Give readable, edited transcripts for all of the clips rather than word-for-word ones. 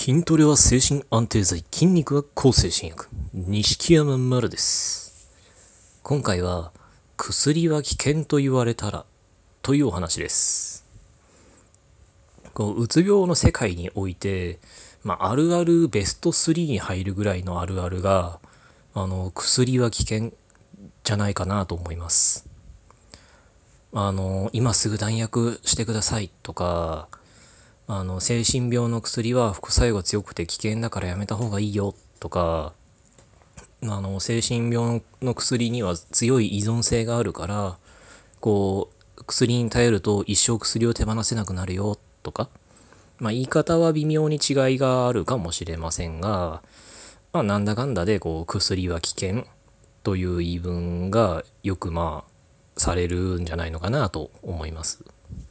筋トレは精神安定剤、筋肉は抗精神薬。錦山丸です。今回は薬は危険と言われたらというお話です。うつ病の世界において、あるあるベスト3に入るぐらいのあるあるが、薬は危険じゃないかなと思います。今すぐ断薬してくださいとか、精神病の薬は副作用が強くて危険だからやめた方がいいよとか、精神病の薬には強い依存性があるから、薬に頼ると一生薬を手放せなくなるよとか、言い方は微妙に違いがあるかもしれませんが、なんだかんだで薬は危険という言い分がよくされるんじゃないのかなと思います。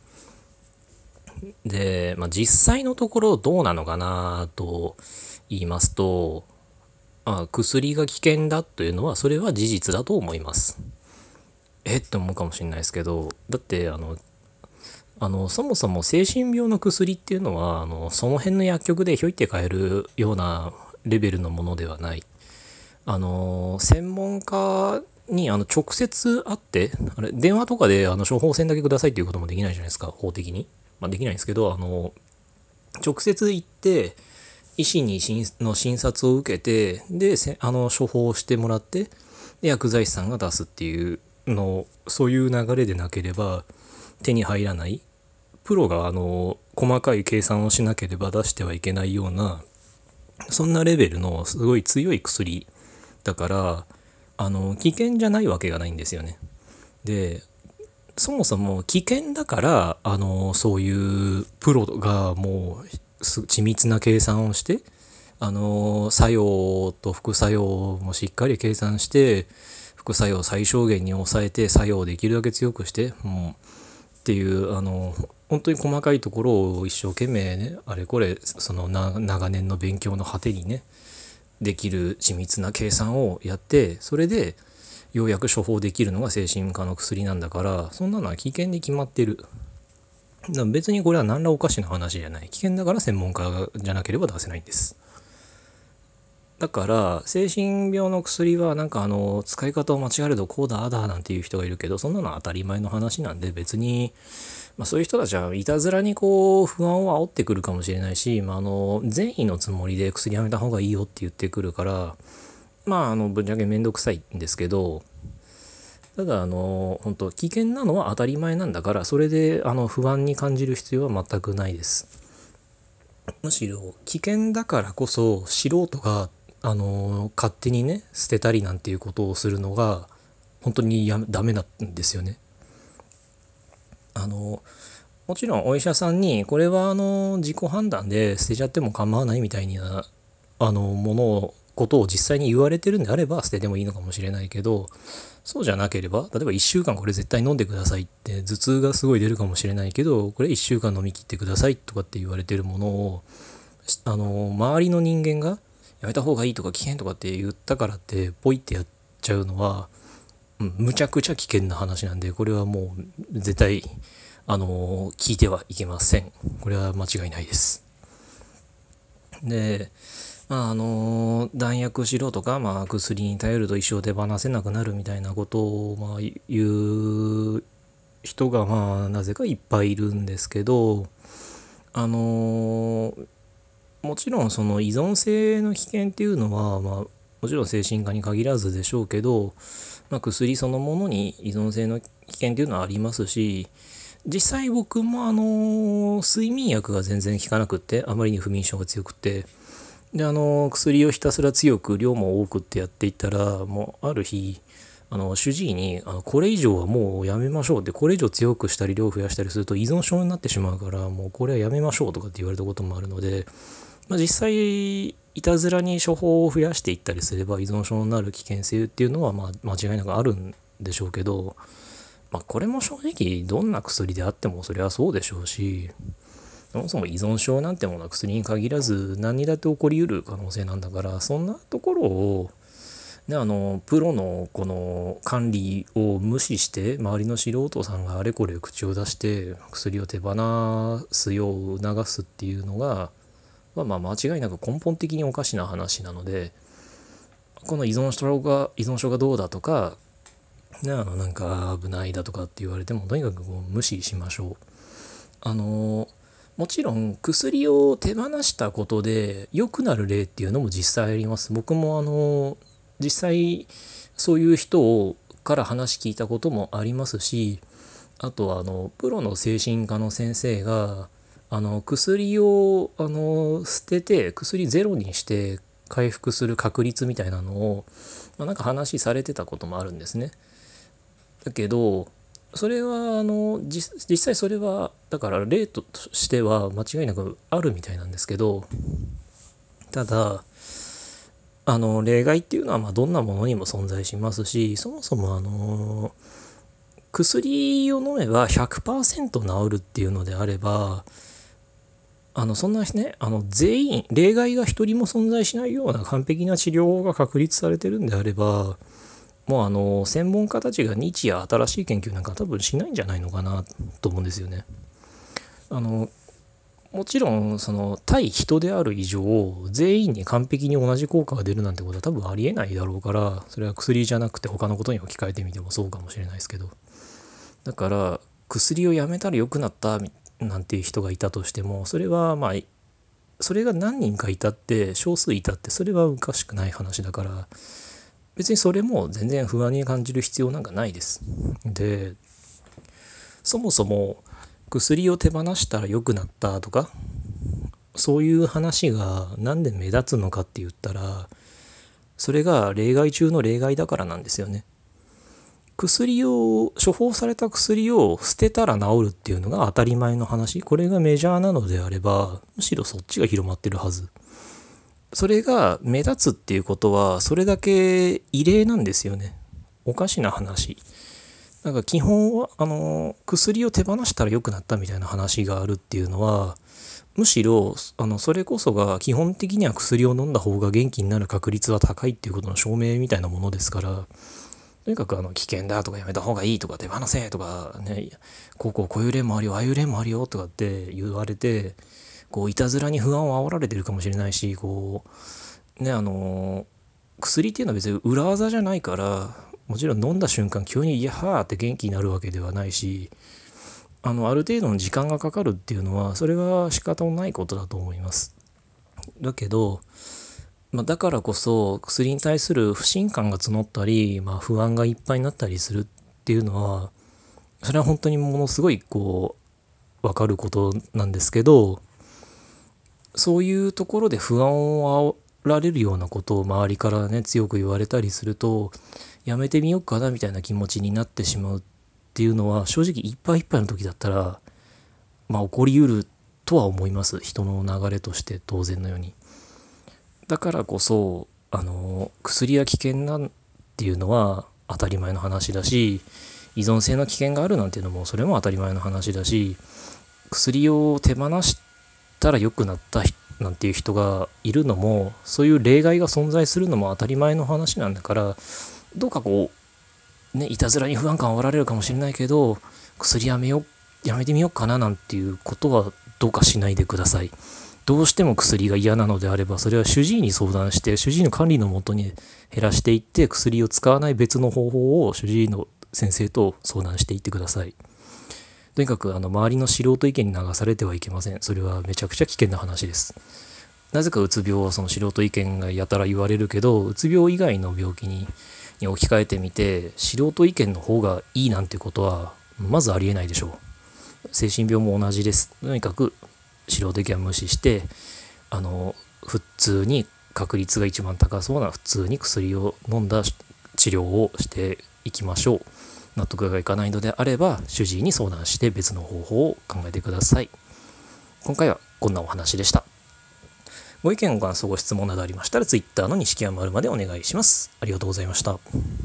で、実際のところどうなのかなと言いますと、薬が危険だというのはそれは事実だと思います。って思うかもしれないですけど、だってそもそも精神病の薬っていうのはその辺の薬局でひょいって買えるようなレベルのものではない。専門家に直接会って電話とかで処方箋だけくださいっていうこともできないじゃないですか、法的に。できないんですけど、直接行って医師の診察を受けて、で処方してもらって、で薬剤師さんが出すっていうの、そういう流れでなければ手に入らない、プロが細かい計算をしなければ出してはいけないような、そんなレベルのすごい強い薬だから、危険じゃないわけがないんですよね。でそもそも危険だからそういうプロがもう緻密な計算をして、作用と副作用もしっかり計算して、副作用を最小限に抑えて作用をできるだけ強くして、っていう本当に細かいところを一生懸命ね、あれこれその長年の勉強の果てにねできる緻密な計算をやって、それでようやく処方できるのが精神科の薬なんだから、そんなのは危険に決まってる。別にこれは何らおかしな話じゃない。危険だから専門家じゃなければ出せないんです。だから精神病の薬は使い方を間違えるとこうだあだなんていう人がいるけど、そんなのは当たり前の話なんで、別にそういう人たちはいたずらに不安を煽ってくるかもしれないし、善意のつもりで薬やめた方がいいよって言ってくるから、ぶっちゃけめんどくさいんですけど、ただ本当危険なのは当たり前なんだから、それで不安に感じる必要は全くないです。むしろ危険だからこそ素人が勝手にね捨てたりなんていうことをするのが本当にダメなんですよね。もちろんお医者さんにこれは自己判断で捨てちゃっても構わないみたいなことを実際に言われてるんであれば捨ててもいいのかもしれないけど、そうじゃなければ、例えば1週間これ絶対飲んでくださいって、頭痛がすごい出るかもしれないけどこれ1週間飲み切ってくださいとかって言われてるものを周りの人間がやめた方がいいとか危険とかって言ったからってポイってやっちゃうのは、むちゃくちゃ危険な話なんで、これはもう絶対聞いてはいけません。これは間違いないです。で弾薬しろとか、薬に頼ると一生手放せなくなるみたいなことを言う人がなぜかいっぱいいるんですけど、もちろんその依存性の危険っていうのは、もちろん精神科に限らずでしょうけど、薬そのものに依存性の危険っていうのはありますし、実際僕も睡眠薬が全然効かなくって、あまりに不眠症が強くて、で薬をひたすら強く量も多くってやっていったら、もうある日主治医にこれ以上はもうやめましょうって、これ以上強くしたり量を増やしたりすると依存症になってしまうから、もうこれはやめましょうとかって言われたこともあるので、実際いたずらに処方を増やしていったりすれば依存症になる危険性っていうのは間違いなくあるんでしょうけど、これも正直どんな薬であってもそれはそうでしょうし、そもそも依存症なんてものは薬に限らず何にだって起こりうる可能性なんだから、そんなところをプロのこの管理を無視して周りの素人さんがあれこれ口を出して薬を手放すよう促すっていうのがはまあ間違いなく根本的におかしな話なので、この依存症がどうだとか、ね、なんか危ないだとかって言われてもとにかくもう無視しましょう。もちろん薬を手放したことで良くなる例っていうのも実際あります。僕も実際そういう人から話聞いたこともありますし、あとはプロの精神科の先生が薬を捨てて薬ゼロにして回復する確率みたいなのを、なんか話されてたこともあるんですね。だけどそれは実際それはだから例としては間違いなくあるみたいなんですけど、ただ例外っていうのはどんなものにも存在しますし、そもそも薬を飲めば 100% 治るっていうのであれば、そんなね全員例外が一人も存在しないような完璧な治療法が確立されてるんであれば、もう専門家たちが日夜新しい研究なんか多分しないんじゃないのかなと思うんですよね。もちろん対人である以上全員に完璧に同じ効果が出るなんてことは多分ありえないだろうから、それは薬じゃなくて他のことに置き換えてみてもそうかもしれないですけど、だから薬をやめたら良くなったなんていう人がいたとしても、それはそれが何人かいたって少数いたってそれはおかしくない話だから、別にそれも全然不安に感じる必要なんかないです。で、そもそも薬を手放したら良くなったとかそういう話がなんで目立つのかって言ったら、それが例外中の例外だからなんですよね。処方された薬を捨てたら治るっていうのが当たり前の話、これがメジャーなのであればむしろそっちが広まってるはず。それが目立つっていうことはそれだけ異例なんですよね。おかしな話。なんか基本は薬を手放したら良くなったみたいな話があるっていうのは、むしろそれこそが基本的には薬を飲んだ方が元気になる確率は高いっていうことの証明みたいなものですから、とにかく危険だとかやめた方がいいとか手放せとかね、こういう例もあるよああいう例もあるよとかって言われて、いたずらに不安を煽られてるかもしれないし、薬っていうのは別に裏技じゃないから、もちろん飲んだ瞬間急にイヤハーって元気になるわけではないし、ある程度の時間がかかるっていうのはそれは仕方のないことだと思います。だけど、だからこそ薬に対する不信感が募ったり、不安がいっぱいになったりするっていうのは、それは本当にものすごい分かることなんですけど、そういうところで不安を煽られるようなことを周りからね強く言われたりすると、やめてみようかなみたいな気持ちになってしまうっていうのは、正直いっぱいいっぱいの時だったら起こりうるとは思います。人の流れとして当然のように。だからこそ薬は危険なんていうのは当たり前の話だし、依存性の危険があるなんていうのもそれも当たり前の話だし、薬を手放したら良くなったなんていう人がいるのも、そういう例外が存在するのも当たり前の話なんだから、どうかいたずらに不安感を煽られるかもしれないけど、薬やめてみようかななんていうことはどうかしないでください。どうしても薬が嫌なのであれば、それは主治医に相談して、主治医の管理のもとに減らしていって、薬を使わない別の方法を主治医の先生と相談していってください。とにかく周りの素人意見に流されてはいけません。それはめちゃくちゃ危険な話です。なぜかうつ病はその素人意見がやたら言われるけど、うつ病以外の病気に置き換えてみて、素人意見の方がいいなんてことはまずありえないでしょう。精神病も同じです。とにかく素人意見は無視して、普通に確率が一番高そうな普通に薬を飲んだ治療をしていきましょう。納得がいかないのであれば主治医に相談して別の方法を考えてください。今回はこんなお話でした。ご意見ご感想ご質問などありましたら Twitter の錦山丸までお願いします。ありがとうございました。